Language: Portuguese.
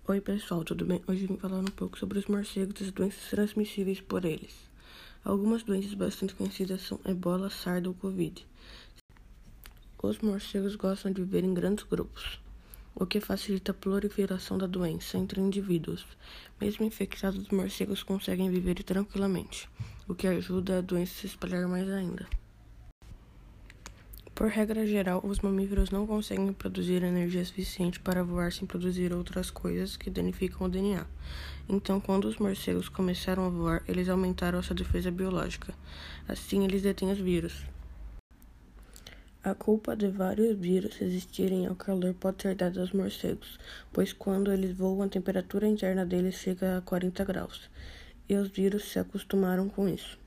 Oi pessoal, tudo bem? Hoje vim falar um pouco sobre os morcegos e as doenças transmissíveis por eles. Algumas doenças bastante conhecidas são ebola, sarda ou covid. Os morcegos gostam de viver em grandes grupos, o que facilita a proliferação da doença entre indivíduos. Mesmo infectados, os morcegos conseguem viver tranquilamente, o que ajuda a doença a se espalhar mais ainda. Por regra geral, os mamíferos não conseguem produzir energia suficiente para voar sem produzir outras coisas que danificam o DNA. Então, quando os morcegos começaram a voar, eles aumentaram a sua defesa biológica. Assim, eles detêm os vírus. A culpa de vários vírus resistirem ao calor pode ser dada aos morcegos, pois quando eles voam, a temperatura interna deles chega a 40 graus, e os vírus se acostumaram com isso.